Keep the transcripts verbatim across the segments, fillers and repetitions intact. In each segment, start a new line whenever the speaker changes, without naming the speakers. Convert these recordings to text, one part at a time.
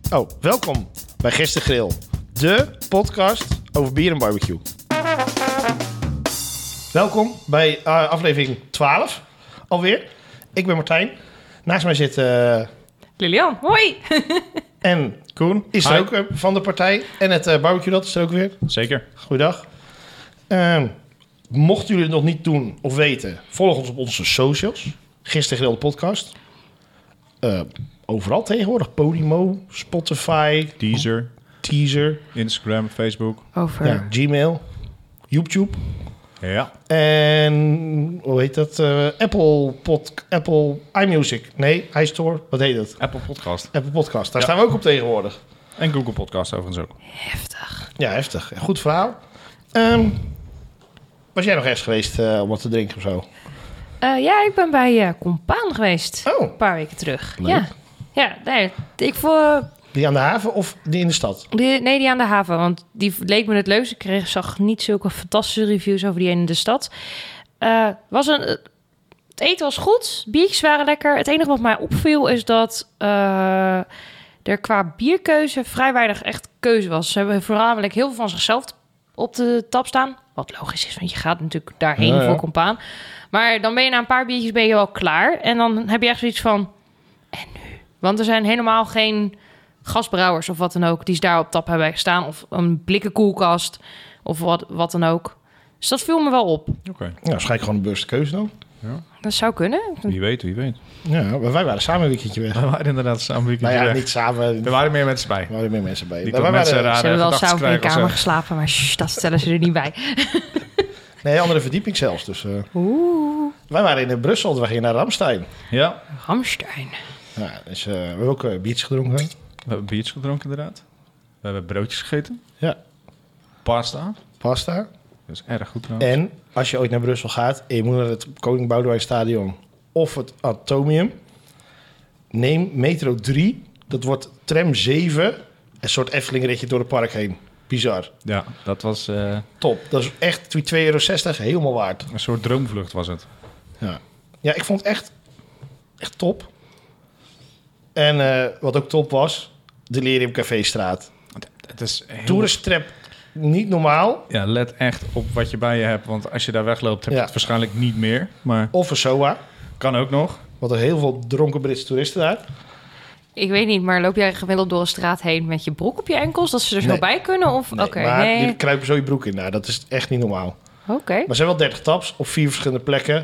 Oh, welkom bij Gistergrill, de podcast over bier en barbecue. Welkom bij uh, aflevering twaalf alweer. Ik ben Martijn. Naast mij zit uh,
Lilian, hoi!
En Koen is er
Hi.
ook uh, van de partij. En het uh, barbecue dat is er ook weer.
Zeker.
Goeiedag. Uh, mochten jullie het nog niet doen of weten, volg ons op onze socials. Gistergrill de podcast. Uh, overal tegenwoordig. Podimo, Spotify,
Deezer,
Teaser,
Instagram, Facebook.
Over.
ja, Gmail, YouTube.
Ja.
En hoe heet dat? Uh, Apple, pod, Apple iMusic. Nee, iStore. Wat heet het?
Apple Podcast.
Apple Podcast. Daar
Ja.
staan we ook op tegenwoordig.
En Google Podcast overigens ook.
Heftig.
Ja, heftig. Goed verhaal. Um, was jij nog ergens geweest uh, om wat te drinken of zo?
Uh, ja, ik ben bij uh, Compaan geweest.
Oh.
Een paar weken terug.
Leuk.
Ja, ja nee, ik vond...
Die aan de haven of die in de stad?
Die, nee, die aan de haven, want die leek me het leukste. Ik kreeg, zag niet zulke fantastische reviews over die ene in de stad. Uh, was een, het eten was goed, biertjes waren lekker. Het enige wat mij opviel is dat uh, er qua bierkeuze vrij weinig echt keuze was. Ze hebben voornamelijk heel veel van zichzelf op de tap staan. Wat logisch is, want je gaat natuurlijk daarheen
Ja, ja.
voor Compaan. Maar dan ben je na een paar biertjes ben je wel klaar. En dan heb je echt zoiets van... En nu? Want er zijn helemaal geen gasbrouwers of wat dan ook... die ze daar op tap hebben staan. Of een blikken koelkast of wat, wat dan ook. Dus dat viel me wel op.
Oké. Okay.
Nou, waarschijnlijk gewoon een bewuste keuze dan.
Ja.
Dat zou kunnen.
Wie weet, wie weet.
Ja, maar wij waren samen een weekendje weg.
We waren inderdaad samen een weekendje
Nou ja,
weg.
niet samen.
Er waren meer mensen bij.
Er waren meer mensen bij.
Niet
Maar
dat
wij
mensen
waren,
rare
Ze hebben wel
gedachten
samen in
krijgen
kamer
of zo.
geslapen... maar shh, dat stellen ze er niet bij.
nee, andere verdieping zelfs. Dus, uh,
Oeh,
wij waren in Brussel, we gingen naar Ramstein.
Ja.
Ramstein.
Ja, dus, uh, we hebben ook uh, biertjes gedronken.
We hebben biertjes gedronken inderdaad. We hebben broodjes gegeten.
Ja,
Pasta.
pasta.
Dat is erg goed trouwens.
En als je ooit naar Brussel gaat en je moet naar het Koning Boudewijn Stadion of het Atomium, neem metro drie. Dat wordt tram zeven. Een soort Efteling-ritje door het park heen. Bizar.
Ja, dat was uh,
Top. Dat is echt twee euro zestig helemaal waard.
een soort droomvlucht was het.
Ja, ja ik vond het echt, echt top. En uh, wat ook top was, de Delirium Caféstraat.
Het is heel...
Toeristrap niet normaal.
Ja, let echt op wat je bij je hebt. Want als je daar wegloopt, heb je
Ja.
het waarschijnlijk niet meer. Maar
Of een S O A.
kan ook nog.
Want er heel veel dronken Britse toeristen daar.
Ik weet niet, maar loop jij gemiddeld door een straat heen met je broek op je enkels? Dat ze er zo
Nee.
bij kunnen? Of
Nee,
oké,
maar
nee.
die kruipen zo je broek in. Nou, dat is echt niet normaal.
Oké.
Maar er zijn wel dertig taps op vier verschillende plekken.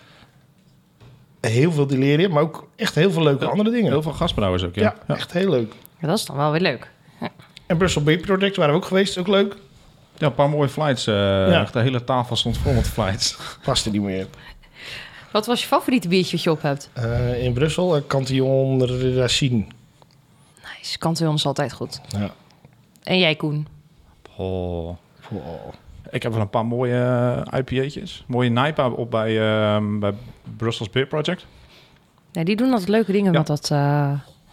Heel veel delirium, maar ook echt heel veel leuke
Ja,
andere dingen.
Heel veel gasbrouwers ook, ja.
ja,
ja.
echt heel leuk.
Ja, dat is dan wel weer leuk.
En Brussel Beer Project waren we ook geweest, ook leuk.
Ja, een paar mooie flights. Uh,
Ja.
De hele tafel stond vol met flights.
Past er niet meer.
Wat was je favoriete biertje wat je op hebt?
Uh, in Brussel, uh, Cantillon Racine.
Nice, Cantillon is altijd goed.
Ja.
En jij, Koen?
Oh.
Oh.
Ik heb wel een paar mooie uh, I P A'tjes. Mooie Nijpa op bij, uh, bij Brussels Beer Project.
Nee, die doen altijd leuke dingen
Ja.
met dat... Uh...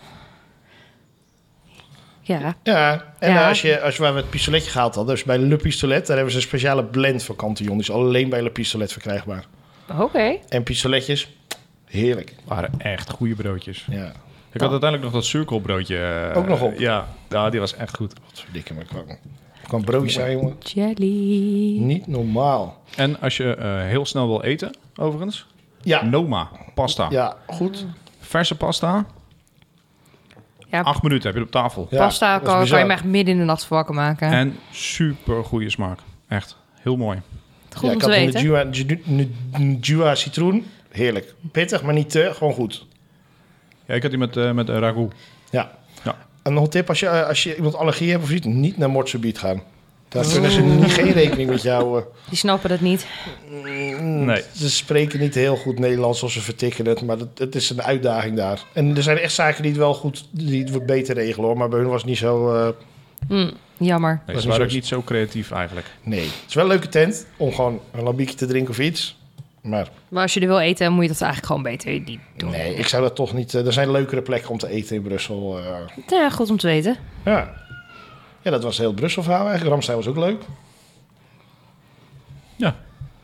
Ja.
Ja, en
Ja.
uh, als, je, als je waar we het pistoletje gehaald hadden, dus bij Le Pistolet, daar hebben ze een speciale blend van Cantillon. Die is alleen bij Le Pistolet verkrijgbaar.
Oké.
En pistoletjes, heerlijk.
Waren echt goede broodjes.
Ja,
Ik had uiteindelijk nog dat cirkelbroodje. Uh,
Ook nog op?
Ja, ja, die was echt goed.
wat verdikke me kwam. Kwam broodjes zijn, jongen.
Jelly.
Niet normaal.
En als je uh, heel snel wil eten, overigens.
Ja,
Noma, pasta.
ja, goed.
Verse pasta.
Ja,
Acht minuten heb je het op tafel.
Ja,
pasta
dat is
kan, kan
bizar.
je me echt midden in de nacht voor wakker maken.
En super goede smaak. Echt heel mooi.
Goed
ja,
om
ik
te
had
weten.
een Jua, Ju- Ju- Jua citroen. Heerlijk. Pittig, maar niet te. Gewoon goed.
Ja, ik had die met, uh, met uh, ragout.
Ja.
Ja.
En nog een tip, als je, uh, als je iemand allergie hebt of iets, niet naar Mortsebiet gaan. Daar kunnen ze niet, geen rekening met jou. Uh,
Die snappen het niet.
Nee.
Ze spreken niet heel goed Nederlands of ze vertikken het, maar het, het is een uitdaging daar. En er zijn echt zaken die het wel goed, die het beter regelen hoor. Maar bij hun was het niet zo... Uh,
Hm, jammer.
Nee,
is
ze
niet
waren
zo-
ook niet zo creatief eigenlijk.
nee. Het is wel een leuke tent om gewoon een lambiekje te drinken of iets. Maar
Maar als je er wil eten, moet je dat eigenlijk gewoon beter niet doen.
nee, ik zou dat toch niet... Uh, er zijn leukere plekken om te eten in Brussel. Uh,
Ja, goed om te weten.
ja. ja, dat was heel Brussel verhaal eigenlijk. Ramstein was ook leuk.
Ja.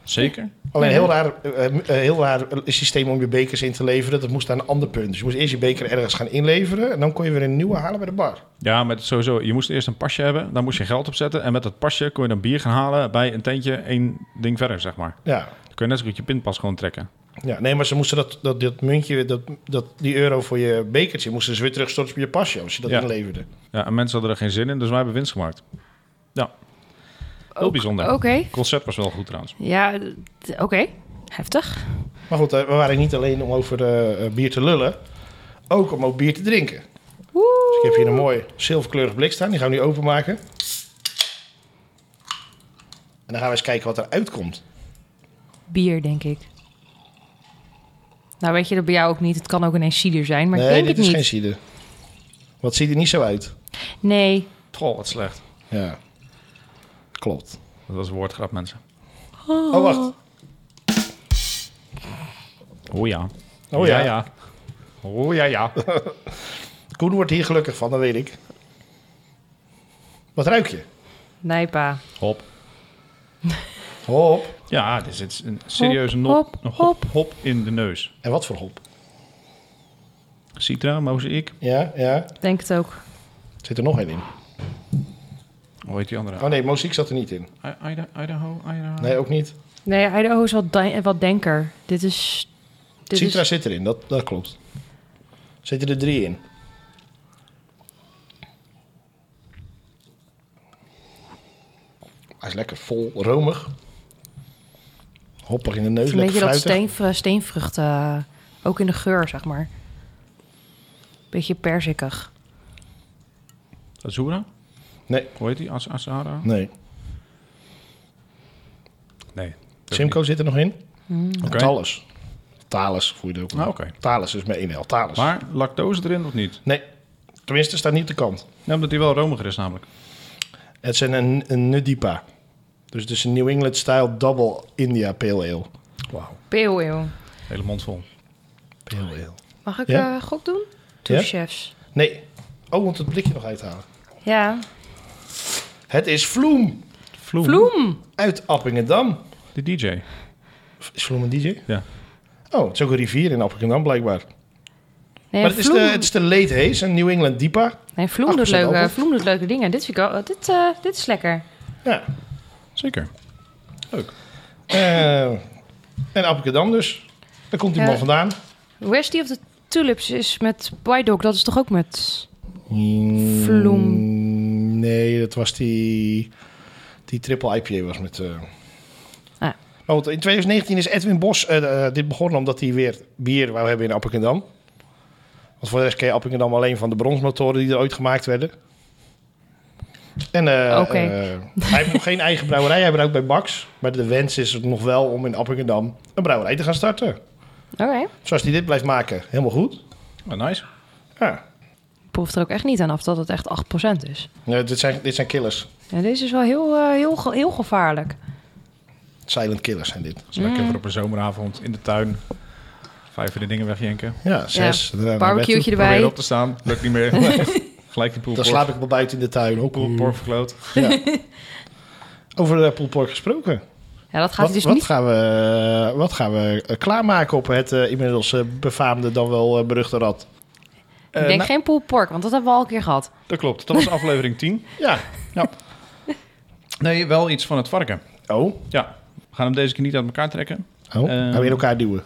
Zeker.
Alleen
Ja.
heel raar, uh, uh, heel raar systeem om je bekers in te leveren. Dat moest aan een ander punt. Dus je moest eerst je beker ergens gaan inleveren. En dan kon je weer een nieuwe halen bij de bar.
Ja, met sowieso. Je moest eerst een pasje hebben. Daar moest je geld op zetten. En met dat pasje kon je dan bier gaan halen bij een tentje één ding verder, zeg maar.
Ja.
Dan kun je net zo goed je pinpas gewoon trekken.
Ja, nee, maar ze moesten dat, dat, dat muntje, dat, dat, die euro voor je bekertje, moesten ze weer terugstorten op je pasje als je dat
Ja.
inleverde.
Ja, en mensen hadden er geen zin in, dus wij hebben winst gemaakt. Ja, heel
Ook-
bijzonder.
Oké.
Het concept was wel goed trouwens.
Ja, d- oké. Heftig.
Maar goed, eh, we waren niet alleen om over eh, eh, bier te lullen, ook om ook bier te drinken.
Woe.
Dus ik heb hier een mooi zilverkleurig blik staan, die gaan we nu openmaken. En dan gaan we eens kijken wat er uitkomt.
Bier, denk ik. Nou, weet je dat bij jou ook niet. Het kan ook ineens cider zijn, maar
nee,
ik denk
dit
het
is
niet.
geen cider. Wat ziet er niet zo uit?
Nee.
Goh, wat slecht.
Ja, klopt.
Dat was een woordgrap, mensen.
Oh, wacht.
Oh ja.
Oh ja.
ja. Oh ja, ja.
Koen wordt hier gelukkig van, dat weet ik. Wat ruik je?
Nee, pa.
Hop.
Hop.
Ja, dit is een serieuze
Hop,
nop,
hop,
een hop,
hop.
hop in de neus.
En wat voor hop?
Citra, mozaïek.
Ja, ja.
Denk het ook.
Zit er nog één in?
Hoe heet die andere?
Oh nee, muziek zat er niet in.
I- Ida- Idaho? Idaho?
Nee, ook niet.
Nee, Idaho is wat, de- wat denker. Dit is... Dit
Citra
is
zit erin, dat, dat klopt. Zitten er drie in. Hij is lekker vol, romig. Hoppig in de neus,
een
lekker
beetje dat
fruitig.
steenvru- steenvrucht. eh, ook in de geur, zeg maar. Beetje persikig.
Azura?
Nee,
Hoe heet die? As Asara?
nee.
Nee.
Simcoe zit er nog in.
Oké.
Talus. Talus, voel je het ook.
Ah, oké.
Talus is met één L. Talus.
Maar lactose erin of niet?
Nee, tenminste staat niet op de kant.
Ja, omdat die wel romiger is namelijk.
Het is een, een Nudipa. Dus het is een New England Style Double India Pale Ale.
Wauw.
Pale ale.
Hele mond vol.
Pale Ale.
Mag ik
Ja?
eh gok doen? Two
Ja?
chefs.
Nee. Oh, want het blikje nog uithalen.
Ja.
Het is Vloem
Vloem.
Vloem.
uit Appingedam.
De D J.
Is Vloem een D J?
Ja.
Oh, het is ook een rivier in Appingedam blijkbaar.
Nee,
maar het is,
Vloem,
de, het is de Late Haze, een New England Dipa.
nee, Vloem,
acht
doet
procent
leuke,
alcohol.
Vloem doet leuke dingen. Dit, vind ik wel, dit, eh, dit is lekker.
Ja.
Zeker. Leuk.
Eh, en Appingedam dus. Daar komt die
Ja.
man vandaan.
Westie of the Tulips is met White Dog. Dat is toch ook met...
Mm,
Vloem.
Nee, dat was die... Die triple I P A was met... eh
Ah.
Maar goed, in twintig negentien is Edwin Bos eh, eh, dit begonnen omdat hij weer bier wou hebben in Appingedam. Want voor de rest ken je Appingedam alleen van de bronsmotoren die er ooit gemaakt werden. En eh,
Oké.
eh, hij heeft nog geen eigen brouwerij. Hij brouwt bij Bax. Maar de wens is het nog wel om in Appingedam een brouwerij te gaan starten.
Oké.
Zoals hij dit blijft maken, helemaal goed.
Oh, nice.
Ja,
Ik proef er ook echt niet aan af dat het echt acht procent is.
ja dit, zijn, dit zijn killers.
Ja, deze is wel heel, eh, heel, ge- heel gevaarlijk.
Silent killers zijn dit.
Dat is lekker voor op een zomeravond in de tuin. Vijf uur de dingen wegjenken.
Ja, zes. daarna naar bed
Barbecue'tje
toe.
erbij.
Probeer op te staan. Lukt niet meer. Gelijk die
Dan
poolpork.
slaap ik wel buiten in de tuin. Ook.
Poolpork verkloot.
Ja. Over de poolpork gesproken.
Ja, dat gaat
Wat,
dus
wat,
niet...
gaan we, wat gaan we eh, klaarmaken op het eh, inmiddels eh, befaamde dan wel eh, beruchte rad?
Ik denk
nou-
geen pulled pork, want dat hebben we al een keer gehad.
Dat klopt. Dat was aflevering tien.
Ja.
Ja. Nee, wel iets van het varken.
Oh.
Ja. We gaan hem deze keer niet uit elkaar trekken.
Oh.
Ehm.
Gaan we in elkaar duwen?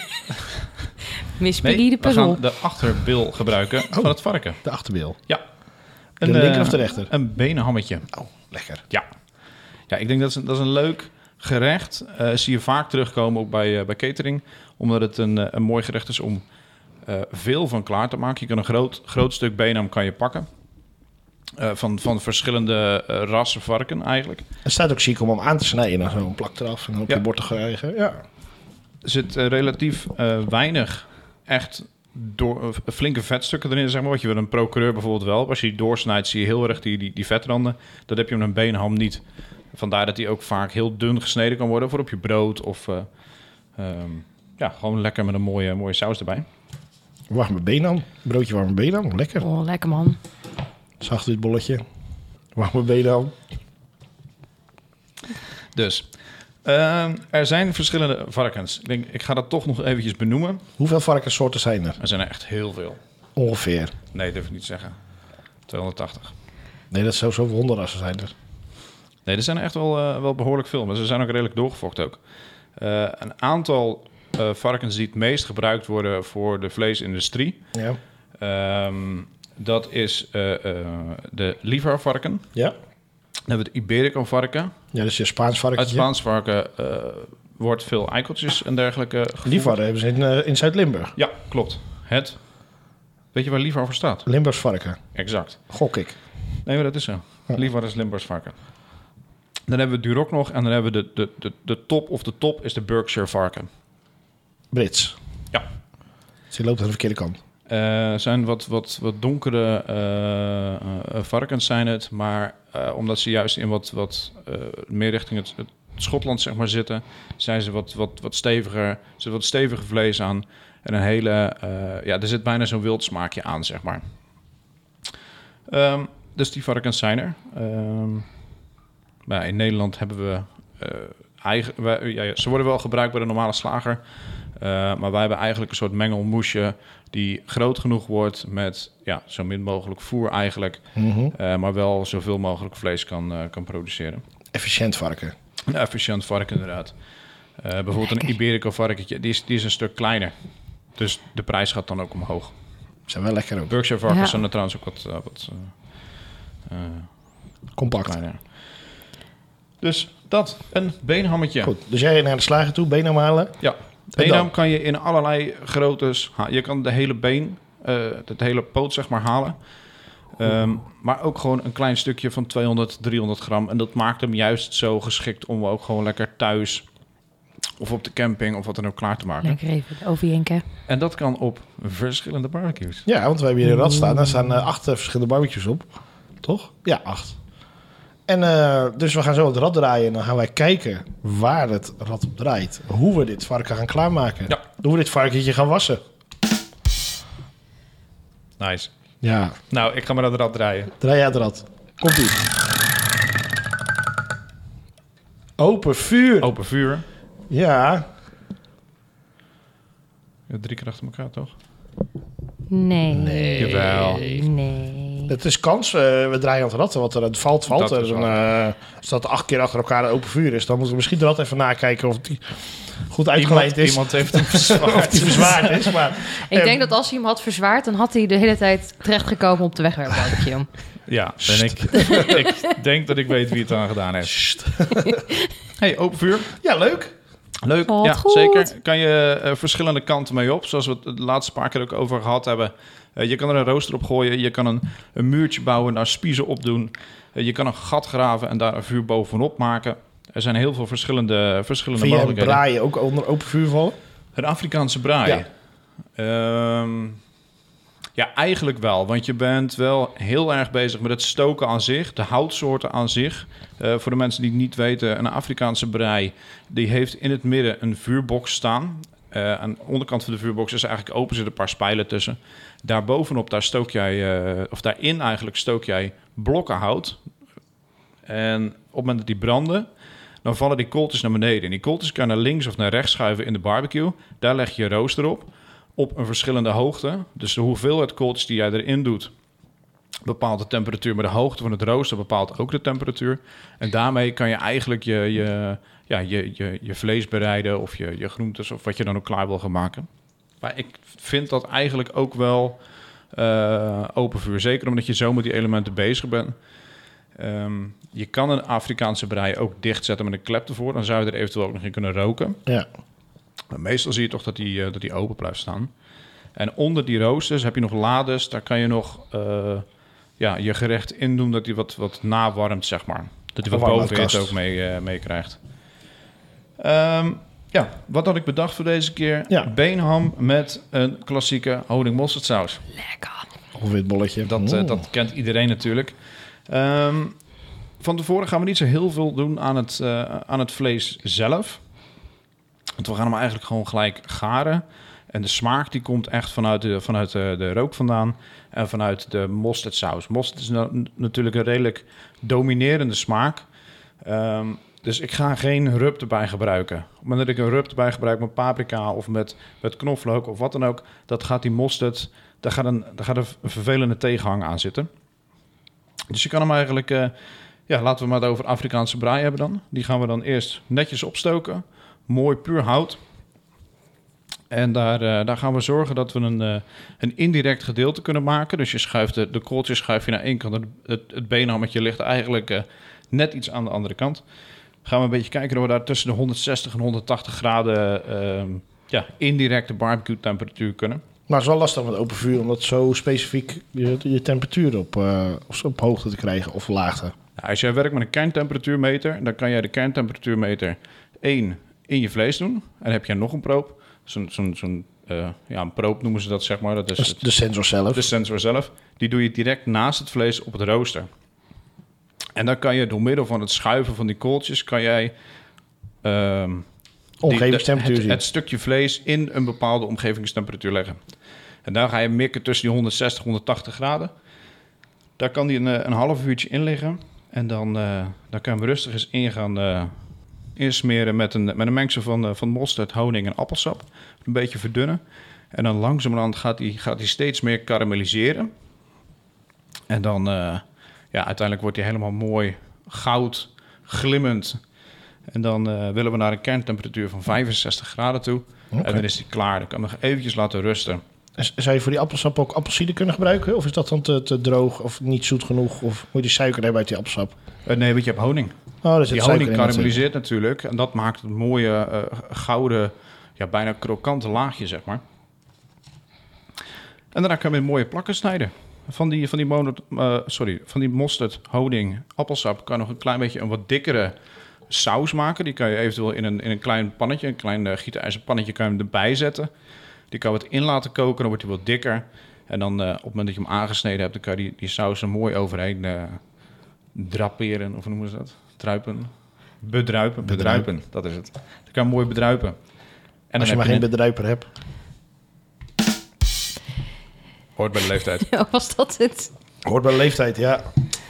Miss
Nee,
Piggy de
we
puzzel.
gaan de achterbil gebruiken van het varken.
De achterbeel.
Ja.
De linker
eh,
of de rechter?
Een benenhammetje.
Oh, lekker.
Ja. Ja, ik denk dat is een, dat is een leuk gerecht. Eh zie je vaak terugkomen ook bij, eh, bij catering. Omdat het een, eh, een mooi gerecht is om eh, veel van klaar te maken. Je kan een groot, groot stuk benenham kan je pakken. Eh, van, van verschillende eh, rassen varken eigenlijk.
Het staat ook chic om hem aan te snijden. Dan zo'n plak eraf en dan op
Ja.
je bord te krijgen. Ja.
Er zit eh, relatief eh, weinig echt door, eh, flinke vetstukken erin, zeg maar. Wat je wil een procureur bijvoorbeeld wel. Als je die doorsnijdt, zie je heel erg die, die, die vetranden. Dat heb je met een benenham niet. Vandaar dat die ook vaak heel dun gesneden kan worden voor op je brood. Of uh, um, ja, gewoon lekker met een mooie, mooie saus erbij.
Warme benam. Broodje warme benam. Lekker.
Oh, lekker man.
Zacht dit bolletje. Warme benam.
Dus Uh, er zijn verschillende varkens. Ik denk, ik ga dat toch nog eventjes benoemen.
Hoeveel varkenssoorten zijn er?
Er zijn er echt heel veel.
Ongeveer.
Nee, dat durf ik niet te zeggen. tweehonderdtachtig.
Nee, dat zou zoveel hondenrassen zijn er.
Nee, er zijn er echt wel, uh, wel behoorlijk veel. Maar ze zijn ook redelijk doorgefokt ook. Uh, een aantal uh, varkens die het meest gebruikt worden voor de vleesindustrie.
Ja.
Um, dat is uh, uh, de Liever-varken.
Ja.
Dan hebben we het Iberico-varken.
Ja, dus je Spaans varkentje.
Uit Spaans varken uh, wordt veel eikeltjes en dergelijke gevoerd.
Liever hebben ze in, uh, in Zuid-Limburg.
Ja, klopt. Het. Weet je waar Liever voor staat?
Limburgs varken.
Exact.
Gok ik.
Nee, maar dat is zo.
Ja.
Liever is Limburgs varken. Dan hebben we Duroc nog en dan hebben we de, de, de, de top of de top is de Berkshire varken.
Brits.
Ja.
Dus die loopt aan de verkeerde kant.
Uh, zijn wat, wat, wat donkere uh, uh, varkens zijn het, maar uh, omdat ze juist in wat, wat uh, meer richting het, het Schotland zeg maar, zitten, zijn ze wat, wat, wat steviger, er zit wat steviger vlees aan en een hele, uh, ja, er zit bijna zo'n wild smaakje aan, zeg maar. Um, dus die varkens zijn er. Um, maar in Nederland hebben we uh, eigen, wij, ja, ze worden wel gebruikt bij de normale slager. Uh, maar wij hebben eigenlijk een soort mengelmoesje die groot genoeg wordt met ja, zo min mogelijk voer eigenlijk.
Mm-hmm.
Uh, maar wel zoveel mogelijk vlees kan, uh, kan produceren.
Efficiënt varken.
Een efficiënt varken inderdaad. Uh, bijvoorbeeld een Iberico varkentje, die is, die is een stuk kleiner. Dus de prijs gaat dan ook omhoog.
Zijn wel lekker ook.
Berkshire varkens
Ja.
zijn er trouwens ook wat, uh, wat uh, uh,
Compact.
kleiner. Dus dat, een beenhammetje.
Goed, dus jij naar de slager toe, been halen.
Ja, beenham kan je in allerlei groottes. Ha- je kan de hele been, uh, het hele poot zeg maar halen. Um, maar ook gewoon een klein stukje van tweehonderd, driehonderd gram. En dat maakt hem juist zo geschikt om ook gewoon lekker thuis of op de camping of wat dan ook klaar te maken.
Lekker even overjenken.
En dat kan op verschillende barbecues.
Ja, want we hebben hier een rad staan. Daar staan uh, acht uh, verschillende barbecues op. Toch? Ja, acht. En uh, dus we gaan zo het rad draaien. En dan gaan wij kijken waar het rad op draait. Hoe we dit varken gaan klaarmaken.
Ja.
Hoe we dit varkentje gaan wassen.
Nice.
Ja,
Nou, ik ga maar dat rad draaien.
draai jij het rad. Komt-ie. Open vuur.
Open vuur.
Ja.
Ja, drie keer achter elkaar, toch?
Nee.
Nee.
Jawel.
Nee.
Het is kans. Uh, we draaien aan het rad. Wat er het valt, valt.
Dat is
En, uh, als dat acht keer achter elkaar een open vuur is, dan moeten we misschien de rad even nakijken of die goed uitgeleid
Iemand,
is.
iemand heeft hem verzwaard.
Of die verzwaard is. Maar,
Ik
eh,
denk dat als hij hem had verzwaard, dan had hij de hele tijd terechtgekomen op de wegwerpbarbecue.
Ja, en ik, ik denk dat ik weet wie het aan gedaan heeft.
Sst.
Hey, open vuur.
Ja, leuk.
Leuk,
Wat
ja,
goed.
zeker. Kan je uh, verschillende kanten mee op, zoals we het de laatste paar keer ook over gehad hebben. Uh, je kan er een rooster op gooien, je kan een, een muurtje bouwen, daar spiezen op doen. Uh, je kan een gat graven en daar een vuur bovenop maken. Er zijn heel veel verschillende, verschillende
Vind jij een
mogelijkheden.
braaien ook onder open vuur vallen?
Een Afrikaanse braai.
Ja.
Ehm, ja, eigenlijk wel. Want je bent wel heel erg bezig met het stoken aan zich, de houtsoorten aan zich. Uh, voor de mensen die het niet weten, een Afrikaanse braai die heeft in het midden een vuurbox staan. Uh, aan de onderkant van de vuurbox is eigenlijk open, zitten een paar spijlen tussen. Daarbovenop, daar stook jij, uh, of daarin eigenlijk stook jij blokken hout. En op het moment dat die branden, dan vallen die kooltjes naar beneden. En die kooltjes kan je naar links of naar rechts schuiven in de barbecue. Daar leg je rooster op, op een verschillende hoogte. Dus de hoeveelheid kooltjes die jij erin doet, bepaalt de temperatuur. Maar de hoogte van het rooster bepaalt ook de temperatuur. En daarmee kan je eigenlijk je, je, ja, je, je, je vlees bereiden of je, je groentes of wat je dan ook klaar wil gaan maken. Maar ik vind dat eigenlijk ook wel uh, open vuur. Zeker omdat je zo met die elementen bezig bent. Um, je kan een Afrikaanse braai ook dichtzetten met een klep ervoor. Dan zou je er eventueel ook nog in kunnen roken.
Ja.
Maar meestal zie je toch dat die, uh, dat die open blijft staan. En onder die roosters heb je nog lades. Daar kan je nog uh, ja, je gerecht in doen dat die wat, wat nawarmt, zeg maar. Dat die wat bovenhit ook mee, uh, mee krijgt. Um, ja, wat had ik bedacht voor deze keer?
Ja.
Beenham met een klassieke honing-mosterdsaus.
Lekker.
Of een wit bolletje.
Dat, uh, dat kent iedereen natuurlijk. Um, van tevoren gaan we niet zo heel veel doen aan het, uh, aan het vlees zelf. Want we gaan hem eigenlijk gewoon gelijk garen. En de smaak die komt echt vanuit de, vanuit de, de rook vandaan. En vanuit de mosterdsaus. Mosterd is na, natuurlijk een redelijk dominerende smaak. Um, Dus ik ga geen rub erbij gebruiken. Op het moment dat ik een rub erbij gebruik met paprika of met, met knoflook of wat dan ook, dat gaat die mosterd, daar gaat een, daar gaat een vervelende tegenhang aan zitten. Dus je kan hem eigenlijk, uh, ja, laten we maar het over Afrikaanse braai hebben dan. Die gaan we dan eerst netjes opstoken. Mooi puur hout. En daar, uh, daar gaan we zorgen dat we een, uh, een indirect gedeelte kunnen maken. Dus je schuift de, de kooltjes schuif je naar één kant. Het, het, het beenhammetje ligt eigenlijk uh, net iets aan de andere kant. Gaan we een beetje kijken dat we daar tussen de honderdzestig en honderdtachtig graden uh, ja, indirecte barbecue temperatuur kunnen.
Maar het is wel lastig met open vuur om dat zo specifiek je, je temperatuur op, uh, op hoogte te krijgen of laagte.
Nou, als jij werkt met een kerntemperatuurmeter, dan kan jij de kerntemperatuurmeter één in je vlees doen. En dan heb jij nog een proop. Zo'n, zo'n, zo'n uh, ja, een proop noemen ze dat, zeg maar. Dat is
het, de sensor zelf.
De sensor zelf. Die doe je direct naast het vlees op het rooster. En dan kan je door middel van het schuiven van die kooltjes, kan jij uh,
omgevingstemperatuur
het,
zien.
het stukje vlees in een bepaalde omgevingstemperatuur leggen. En dan ga je mikken tussen die honderdzestig, honderdtachtig graden. Daar kan die een, een half uurtje in liggen. En dan, uh, dan kan je hem rustig eens in gaan uh, insmeren met een, met een mengsel van, uh, van mosterd, honing en appelsap. Een beetje verdunnen. En dan langzamerhand gaat hij gaat die steeds meer karamelliseren. En dan, uh, ja, uiteindelijk wordt hij helemaal mooi goud, glimmend. En dan uh, willen we naar een kerntemperatuur van vijfenzestig graden toe. Okay. En dan is hij klaar. Dan kan je hem nog eventjes laten rusten.
Zou je voor die appelsap ook appelsieder kunnen gebruiken? Of is dat dan te, te droog of niet zoet genoeg? Of moet je die suiker hebben uit die appelsap?
Uh, nee, want je hebt honing.
Oh, dus
die honing karamelliseert natuurlijk. En dat maakt het mooie uh, gouden, ja, bijna krokante laagje, zeg maar. En daarna kan je met mooie plakken snijden. Van die, van die, mono, uh, sorry, van die mosterd, honing, appelsap kan nog een klein beetje een wat dikkere saus maken. Die kan je eventueel in een, in een klein pannetje, een klein uh, gietijzer pannetje, kan je hem erbij zetten. Die kan je wat in laten koken, dan wordt hij wat dikker. En dan uh, op het moment dat je hem aangesneden hebt, dan kan je die, die saus er mooi overheen uh, draperen, of hoe noemen ze dat? Druipen? Bedruipen. Bedruipen, dat is het. Dan kan je hem mooi bedruipen. En
als dan je maar je geen een... bedruiper hebt.
Hoort bij de leeftijd.
Ja, was dat het?
Hoort bij de leeftijd, ja.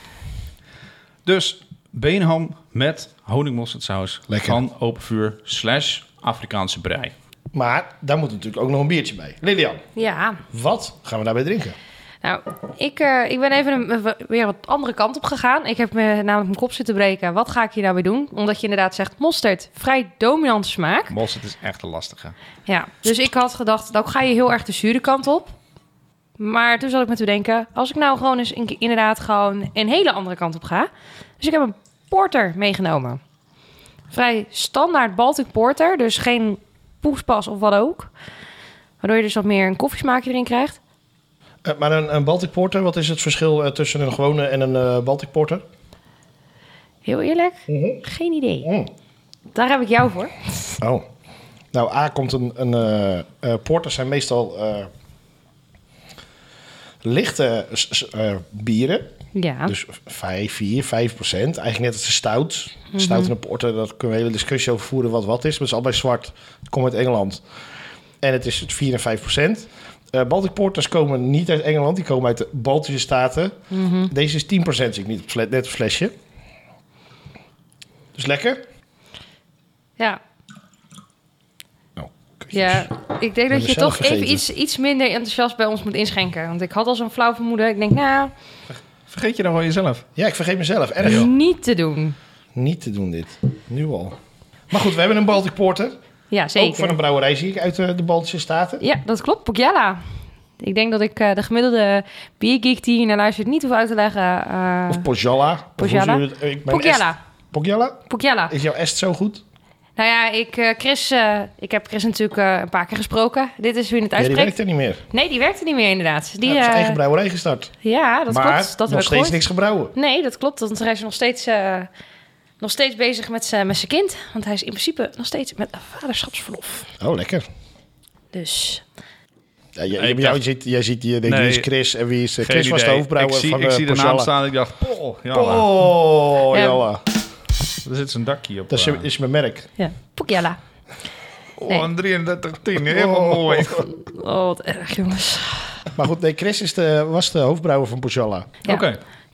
Dus beenham met honingmosterdsaus van open vuur slash Afrikaanse brei.
Maar daar moet natuurlijk ook nog een biertje bij. Lilian,
ja.
Wat gaan we daarbij drinken?
Nou, ik, uh, ik ben even een, weer wat andere kant op gegaan. Ik heb me namelijk mijn kop zitten breken. Wat ga ik hier nou mee doen? Omdat je inderdaad zegt, mosterd, vrij dominante smaak.
Mosterd is echt een lastige.
Ja, dus ik had gedacht, dan ga je heel erg de zure kant op. Maar toen zat ik me te denken, als ik nou gewoon eens in, inderdaad gewoon een hele andere kant op ga. Dus ik heb een porter meegenomen. Vrij standaard Baltic Porter, dus geen poespas of wat ook. Waardoor je dus wat meer een koffiesmaakje erin krijgt.
Uh, maar een, een Baltic Porter, wat is het verschil uh, tussen een gewone en een uh, Baltic Porter?
Heel eerlijk, mm-hmm. geen idee. Mm. Daar heb ik jou voor.
Oh. Nou, A komt een... een uh, uh, porters zijn meestal uh, lichte uh, bieren.
Ja.
Dus vijf, vier, vijf procent. Eigenlijk net als de stout.
Mm-hmm.
Stout en een porter, daar kunnen we een hele discussie over voeren wat wat is. Maar het is allebei zwart. Het komt uit Engeland. En het is vier en vijf procent. Uh, Baltic Porters komen niet uit Engeland. Die komen uit de Baltische Staten. Mm-hmm. Deze is tien procent, zie ik niet op het net flesje. Dus lekker.
Ja.
Oh,
ja, ik denk dat je toch vergeten. even iets, iets minder enthousiast bij ons moet inschenken. Want ik had al zo'n flauw vermoeden. Ik denk, nou...
Vergeet je dan wel jezelf?
Ja, ik vergeet mezelf. Erg. Ja.
Niet te doen.
Niet te doen dit. Nu al. Maar goed, we hebben een Baltic Porter.
Ja, zeker.
Ook van een brouwerij, zie ik, uit de, de Baltische Staten.
Ja, dat klopt. Poggiala. Ik denk dat ik uh, de gemiddelde biergeek die hier naar luistert niet hoef uit te leggen. Uh...
Of Poggiala.
Poggiala. Poggiala.
Poggiala?
Poggiala.
Is jouw est zo goed?
Nou ja, ik, uh, Chris, uh, ik heb Chris natuurlijk uh, een paar keer gesproken. Dit is hoe je het uitspreekt.
Ja, die werkt er niet meer.
Nee, die werkt er niet meer inderdaad. Die
heeft zijn
uh,
eigen brouwerij gestart.
Ja, dat
maar
klopt. Dat
nog steeds
gehoord.
niks gebrouwen.
Nee, dat klopt. Want hij is nog steeds, uh, nog steeds bezig met zijn kind. Want hij is in principe nog steeds met vaderschapsverlof.
Oh, lekker.
Dus...
Ja, jij, jij, jou ziet, jij ziet, je denkt, nee, wie is Chris en wie is... Uh, Chris was de hoofdbrouwer
ik zie,
van
Ik
uh,
zie de naam staan en ik dacht, oh, jalla.
Oh, jalla.
Er zit zo'n dakje op.
Dat is, uh, is mijn merk.
Ja, Poggiala.
Oh, nee. Een drieëndertig tien, helemaal oh. mooi.
Oh, wat erg, jongens.
Maar goed, nee, Chris is de, was de hoofdbrouwer van Poggiala.
Ja.
Oké. Okay.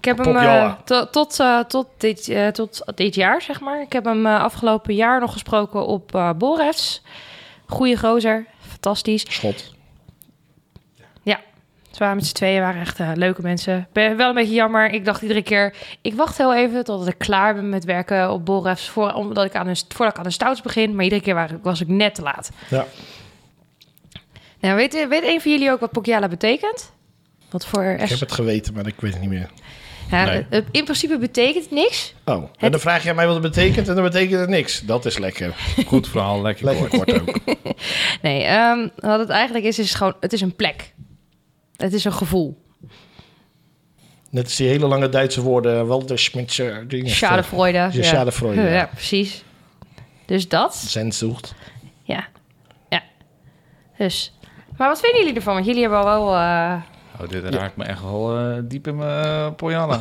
heb hem uh,
Popjalla.
to, tot, uh, tot, dit, uh, tot dit jaar, zeg maar. Ik heb hem uh, afgelopen jaar nog gesproken op uh, Borefs. Goeie gozer, fantastisch.
Schot.
Ja, ze waren met z'n tweeën, waren echt uh, leuke mensen. Ben wel een beetje jammer. Ik dacht iedere keer, ik wacht heel even totdat ik klaar ben met werken op Borefs, voor, omdat ik aan een, voordat ik aan de stouts begin. Maar iedere keer was, was ik net te laat.
Ja.
Nou, weet, weet een van jullie ook wat Pokjala betekent? Wat voor...
Ik heb het geweten, maar ik weet het niet meer.
Ja,
Nee.
het- in principe betekent het niks.
Oh, en dan vraag je aan mij wat het betekent en dan betekent het niks. Dat is lekker.
Goed verhaal, lekker,
Lekker
kort.
kort ook.
Nee, ehm, wat het eigenlijk is, is gewoon... Het is een plek. Het is een gevoel.
Net als die hele lange Duitse woorden. Walderschmitzer.
Schadenfreude.
Ja, schadenfreude,
Ja.
ja.
ja, precies. Dus dat.
Zenzoekt.
Ja. Ja. Dus. Maar wat vinden jullie ervan? Want jullie hebben al wel... eh,
Oh, dit raakt me echt wel uh, diep in mijn uh, pojalla.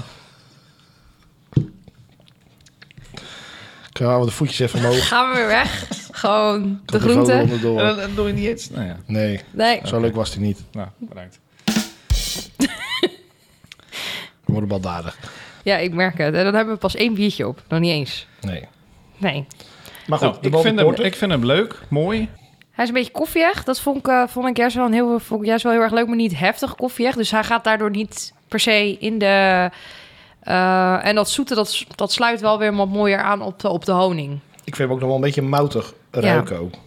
Ik hou de voetjes even omhoog.
Gaan we weer weg. Gewoon de
Telefoon
groente.
onderdoor.
En dan doe je niet eens. Nou ja,
Nee,
Nee.
zo leuk was hij niet.
nou, bedankt.
We worden baldadig.
Ja, ik merk het. En dan hebben we pas één biertje op. Nog niet eens.
Nee.
Nee.
Maar goed,
Nou,
de
ik, vind hem,
Baltic
ik vind hem leuk, mooi.
Hij is een beetje koffieig. Dat vond ik, uh, vond ik juist wel een heel, vond ik juist wel heel erg leuk, maar niet heftig koffieig. Dus hij gaat daardoor niet per se in de... Uh, en dat zoete, dat, dat sluit wel weer wat mooier aan op de, op de honing.
Ik vind hem ook nog wel een beetje moutig ruiken ook.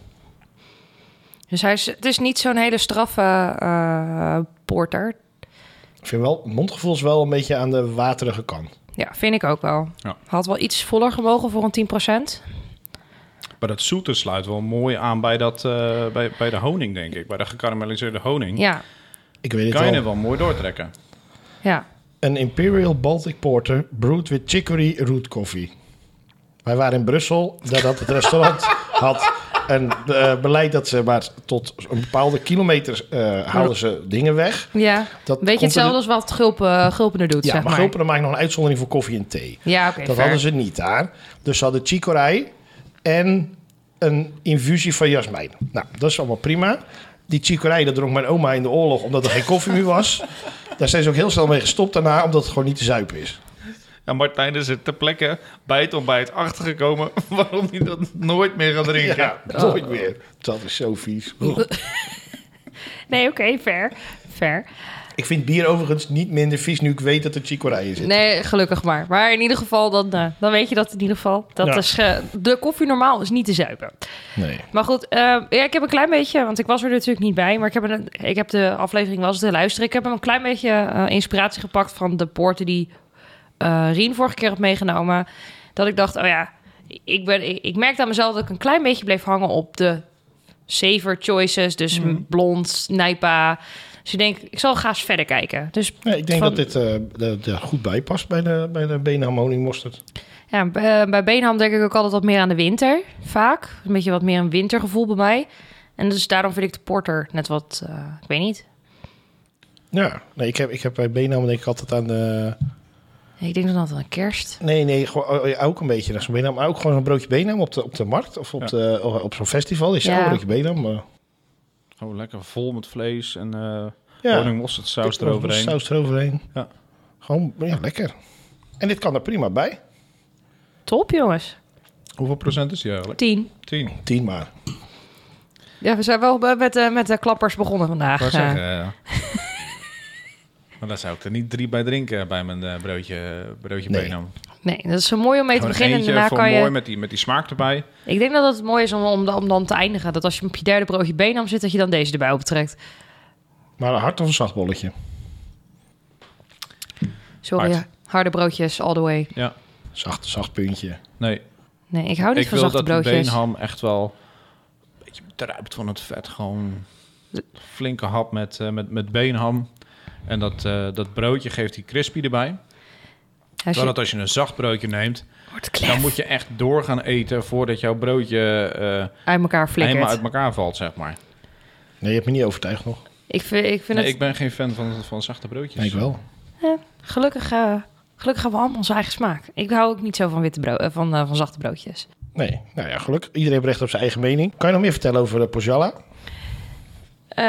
Dus hij is, het is niet zo'n hele straffe uh, porter.
Ik vind wel, het mondgevoel is wel een beetje aan de waterige kant.
Ja, vind ik ook wel.
Ja.
Had wel iets voller gemogen voor een tien procent.
Maar dat zoete sluit wel mooi aan bij, dat, uh, bij, bij de honing, denk ik. Bij de gekarameliseerde honing.
Ja,
Ik weet het
Kan je
wel.
het wel mooi doortrekken.
ja.
Een Imperial Baltic Porter brewed with chicory root coffee. Wij waren in Brussel, daar had het restaurant had een uh, beleid dat ze maar tot een bepaalde kilometers uh, haalden ze dingen weg.
Ja,
Dat
een beetje
komt
hetzelfde
er-
als wat Gulpen, Gulpener doet,
Ja,
zeg
maar
maar.
Gulpen maakt nog een uitzondering voor koffie en thee.
Ja, oké,
Dat
fair.
hadden ze niet daar. Dus ze hadden chicorij en een infusie van jasmijn. Nou, dat is allemaal prima. Die chicorij, dat dronk mijn oma in de oorlog omdat er geen koffie meer was. Daar zijn ze ook heel snel mee gestopt daarna, omdat het gewoon niet te zuipen is.
Ja, Martijn is er ter plekke bij het ontbijt achtergekomen waarom hij dat nooit meer gaat drinken.
Ja, nooit meer. Dat is zo vies.
Nee, oké, fair. Fair.
Ik vind bier overigens niet minder vies nu ik weet dat er chicorij in zit.
Nee, gelukkig maar. Maar in ieder geval, dan, uh, dan weet je dat in ieder geval. Dat
Ja.
is, uh, de koffie normaal is niet te zuipen.
Nee.
Maar goed, uh, ja, ik heb een klein beetje, want ik was er natuurlijk niet bij, maar ik heb, een, ik heb de aflevering wel eens te luisteren. Ik heb hem een klein beetje uh, inspiratie gepakt van de poorten die uh, Rien vorige keer had meegenomen. Dat ik dacht, oh ja, ik, ben, ik, ik merkte aan mezelf dat ik een klein beetje bleef hangen op de saver choices. Dus
Mm.
blond, Nijpa. Dus ik denk, ik zal graag eens verder kijken. Dus
Nee, ik denk
van-
dat dit uh, er, er goed bij past bij de, bij de Benham honingmosterd.
Ja, b- uh, bij Beenham denk ik ook altijd wat meer aan de winter, vaak. Een beetje wat meer een wintergevoel bij mij. En dus daarom vind ik de porter net wat, uh, ik weet niet.
Ja, nee, ik heb, ik heb bij Benham denk ik altijd aan de...
Ik denk dan altijd aan kerst.
Nee, nee, gewoon, oh, ook een beetje naar zo'n Benham. Maar ook gewoon zo'n broodje Benham op de, op de markt of op,
Ja.
de, of op zo'n festival. Is
Ja.
ja. een broodje Benham. Maar,
Gewoon lekker vol met vlees en uh,
ja,
honingmosterdsaus eroverheen.
Saus eroverheen.
Ja.
Gewoon, ja, lekker. En dit kan er prima bij.
Top, jongens.
Hoeveel procent is die eigenlijk?
Tien.
Tien.
Tien maar.
Ja, we zijn wel met, uh, met de klappers begonnen vandaag.
Ik wou
Uh,
zeggen, ja. Maar daar zou ik er niet drie bij drinken bij mijn uh, broodje, broodje
Nee.
Benham.
nee, dat is zo mooi om mee te
Gewoon
beginnen. En
eentje
daarna
voor
kan
mooi
je...
met die, met die smaak erbij.
Ik denk dat het mooi is om, om, om dan te eindigen. Dat als je op je derde broodje Beenham zit, dat je dan deze erbij optrekt.
Maar een hard of een zacht bolletje?
Sorry,
Hard.
harde broodjes all the way.
Ja,
Zacht, zacht puntje.
nee.
Nee, ik hou niet
Ik
van
wil
zachte
dat die
broodjes.
beenham echt wel een beetje druipt van het vet. Gewoon flinke hap met, uh, met, met beenham. En dat, uh, dat broodje geeft die crispy erbij.
Als
Terwijl
je,
dat als je een zacht broodje neemt,
wordt klef.
dan moet je echt door gaan eten voordat jouw broodje uh,
uit elkaar flikkert.
helemaal uit elkaar valt, zeg maar.
Nee, je hebt me niet overtuigd nog.
Ik vind, ik vind
Nee,
het
ik ben geen fan van, van zachte broodjes.
Nee, ik wel.
gelukkig, uh, gelukkig hebben we allemaal onze eigen smaak. Ik hou ook niet zo van, witte brood, uh, van, uh, van zachte broodjes.
Nee, nou ja, gelukkig. Iedereen heeft recht op zijn eigen mening. Kan je nog meer vertellen over de Pojala?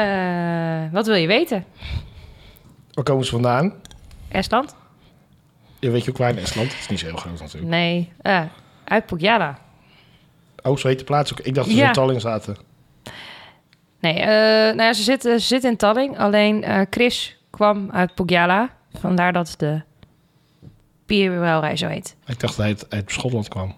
Uh, wat wil je weten?
Waar komen ze vandaan?
Estland?
Je weet je ook waar in Estland? Het is niet zo heel groot natuurlijk.
Nee, uh, uit Pojala.
Oh, zo heet de plaats ook. Ik dacht dat ze
Ja.
in Tallinn zaten.
Nee, uh, nou ja, ze zitten ze zit in Tallinn. Alleen uh, Chris kwam uit Pojala. Vandaar dat de Pierrewelrij zo heet.
Ik dacht dat hij uit, uit Schotland kwam.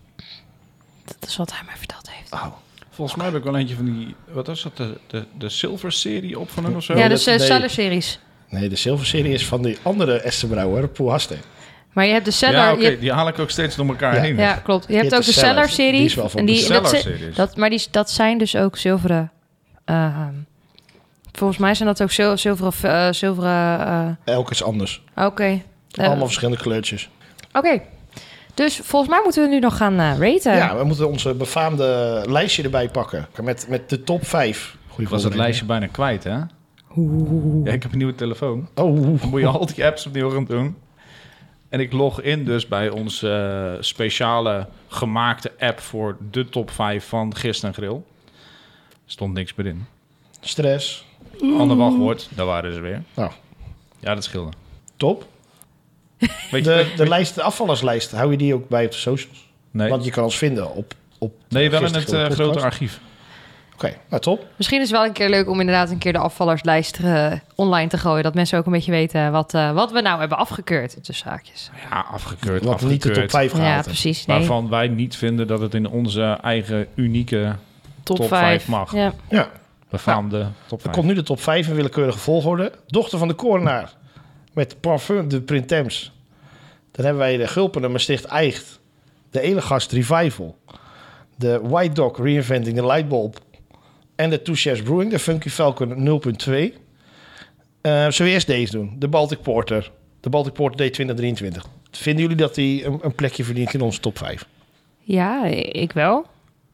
Dat is wat hij mij verteld heeft.
Oh.
Volgens mij heb ik wel eentje van die... Wat was dat? De, de, de Silver-serie opgenomen of zo?
Ja,
dat-
dus uh,
nee.
Cellar-series.
Nee, de Silver-serie is van die andere Essenbrouwer, Poel Haste.
Maar je hebt de Cellar...
Ja,
je
oké,
hebt-
die haal ik ook steeds door elkaar
Ja.
heen.
ja, klopt. Je hebt
hebt
ook
de
de
Cellar.
Cellar-serie.
Die is wel van
en
de
die, dat, zi-
Cellar-series.
dat, maar die, dat zijn dus ook zilveren... Uh, volgens mij zijn dat ook zil- zilveren... Uh, zilveren uh,
Elk is anders.
Oké. Okay. Uh,
Allemaal verschillende kleurtjes.
Oké. Okay. Dus volgens mij moeten we nu nog gaan uh, raten.
Ja, we moeten onze befaamde lijstje erbij pakken. Met, met de top vijf. Goeie
Ik was het
voorbereiding.
lijstje bijna kwijt, hè? Ja, ik heb een nieuwe telefoon.
Oh,
Dan moet je al die apps opnieuw gaan doen. En ik log in dus bij onze uh, speciale gemaakte app voor de top vijf van Gist en Grill. Stond niks meer in.
stress.
Ander wachtwoord, daar waren ze weer.
Nou,
Ja, dat scheelde.
top.
Weet je,
De,
weet-
de, lijst, de afvallerslijst, hou je die ook bij op de socials?
nee,
Want je kan ons vinden op... op
nee wel in het
Gisteren
uh,
podcast.
grote archief.
Oké, nou top.
Misschien is het wel een keer leuk om inderdaad een keer de afvallerslijst uh, online te gooien. Dat mensen ook een beetje weten wat, uh, wat we nou hebben afgekeurd. Tussen haakjes.
Ja, afgekeurd,
Wat niet de top
afgekeurd.
vijf
Ja,
gehaald heeft.
precies. Nee.
Waarvan wij niet vinden dat het in onze eigen unieke
top,
top
vijf.
vijf mag.
Ja.
Ja,
befaamde top
dan
vijf.
komt nu de top vijf in willekeurige volgorde. Dochter van de Korenaar. Met Parfum de Printemps. Dan hebben wij de Gulpen Maastricht Eicht. De Elegast Revival. De White Dog Reinventing the Lightbulb. En de Two Chefs Brewing, de Funky Falcon nul punt twee. Uh, zullen we eerst deze doen? De Baltic Porter. De Baltic Porter D twintig drieëntwintig. Vinden jullie dat die een, een plekje verdient in onze top vijf?
ja, ik wel.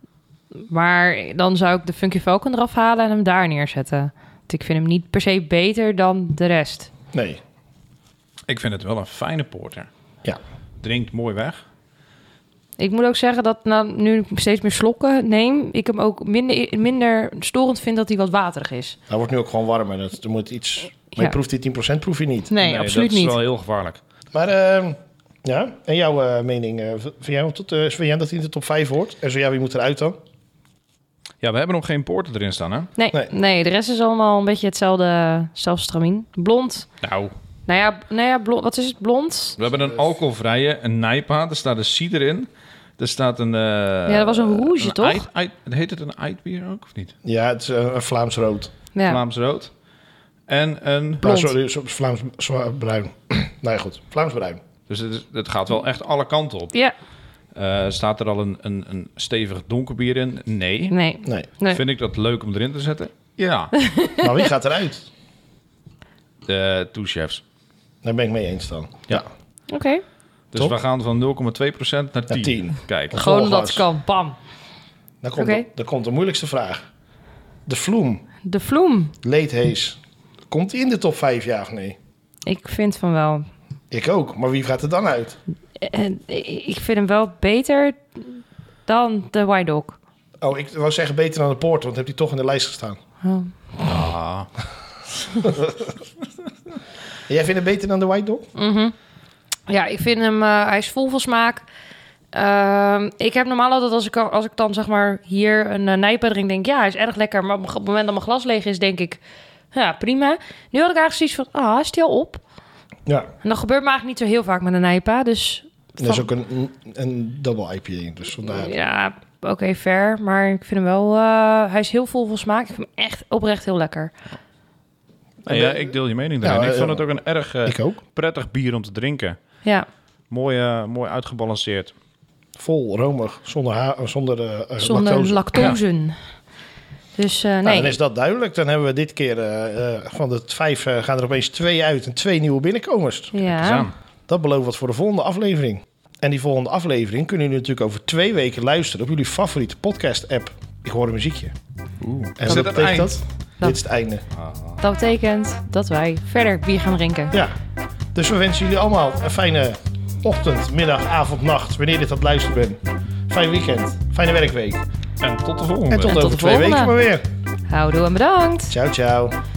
Maar dan zou ik de Funky Falcon eraf halen en hem daar neerzetten. Want ik vind hem niet per se beter dan de rest.
Nee.
Ik vind het wel een fijne porter.
Ja.
Drinkt mooi weg.
Ik moet ook zeggen dat nou, nu ik steeds meer slokken neem, ik hem ook minder, minder storend vind dat hij wat waterig is.
Hij wordt nu ook gewoon warmer. Dat, er moet iets... Maar
Ja.
je proeft die tien procent proef je niet.
Nee, absoluut
dat
niet.
is wel heel gevaarlijk.
Maar uh, ja, en jouw uh, mening? Uh, vind, jij, tot, uh, vind jij dat hij in de top vijf hoort? En zo ja, wie moet eruit dan?
Ja, we hebben nog geen porter erin staan, hè?
Nee,
Nee.
nee. de rest is allemaal een beetje hetzelfde, hetzelfde stramien. Blond.
Nou,
Nou ja, nou ja blond, wat is het? Blond?
we hebben een alcoholvrije, een Nijpa. Er staat een cider in. Er staat een... Uh,
Ja, dat was een rouge,
een
toch?
Eit- Eit- heet het een Eidbier ook, of niet?
Ja, het is uh, een Vlaams rood.
Ja.
Vlaams rood. En een...
Nou,
Blond.
sorry, so- Vlaams zwaar bruin. nou ja, goed. Vlaams bruin.
Dus het, is- het gaat wel echt alle kanten op.
Ja,
Uh, staat er al een, een, een stevig donkerbier in? Nee.
nee.
Nee.
nee.
Vind ik dat leuk om erin te zetten? Ja.
Maar wie gaat eruit?
De Two Chefs.
Daar ben ik mee eens dan.
Ja.
Oké.
Dus
Top.
we gaan van nul komma twee procent naar
Naar
tien.
tien.
Kijk.
Vol
Gewoon omdat
gas.
het kan. Bam.
Dan komt,
Oké.
de, dan komt de moeilijkste vraag. De Vloem,
De vloem.
Late Haze. Komt die in de top vijf, ja of nee?
Ik vind van wel.
Ik ook. Maar wie gaat er dan uit?
En ik vind hem wel beter dan de White Dog.
Oh, ik wou zeggen beter dan de Porter, want heb die toch in de lijst gestaan.
Oh.
Ah.
En jij vindt het beter dan de White Dog?
Mhm. Ja, ik vind hem... Uh, hij is vol van smaak. Ehm, ik heb normaal altijd als ik, als ik dan zeg maar hier een uh, Nijpa drink, denk ik, ja, hij is erg lekker. Maar op het moment dat mijn glas leeg is, denk ik, ja, prima. Nu had ik eigenlijk zoiets van, ah, is die al op?
Ja.
En dat gebeurt me eigenlijk niet zo heel vaak met een Nijpa. Dus
En dat is ook een, een double I P A, dus vandaar.
ja, oké, okay, fair. Maar ik vind hem wel... Uh, hij is heel vol van smaak. Ik vind hem echt oprecht heel lekker.
En ja, ik deel je mening daarin.
Nou,
ik vond
uh,
het ook een erg uh,
Ik ook.
prettig bier om te drinken.
Ja,
Mooi, uh, mooi uitgebalanceerd.
Vol, romig, zonder, ha- zonder, uh, uh,
zonder
lactose.
lactosen. Dus uh,
Nou,
nee.
dan is dat duidelijk. Dan hebben we dit keer uh, uh, van de vijf uh, gaan er opeens twee uit en twee nieuwe binnenkomers.
Kijk eens
Ja,
aan.
Dat belooft wat voor de volgende aflevering. En die volgende aflevering kunnen jullie natuurlijk over twee weken luisteren op jullie favoriete podcast-app. Ik hoor een muziekje.
Oeh.
En
Is
wat
dit het
betekent
eind?
dat?
Dat-
Dit is het einde.
dat betekent dat wij verder bier gaan drinken.
Ja. Dus we wensen jullie allemaal een fijne ochtend, middag, avond, nacht. Wanneer dit aan het luisteren bent. Fijn weekend. Fijne werkweek.
En tot de volgende.
En tot
En
over
tot de
twee
volgende.
weken maar weer.
Houdoe en bedankt.
Ciao, ciao.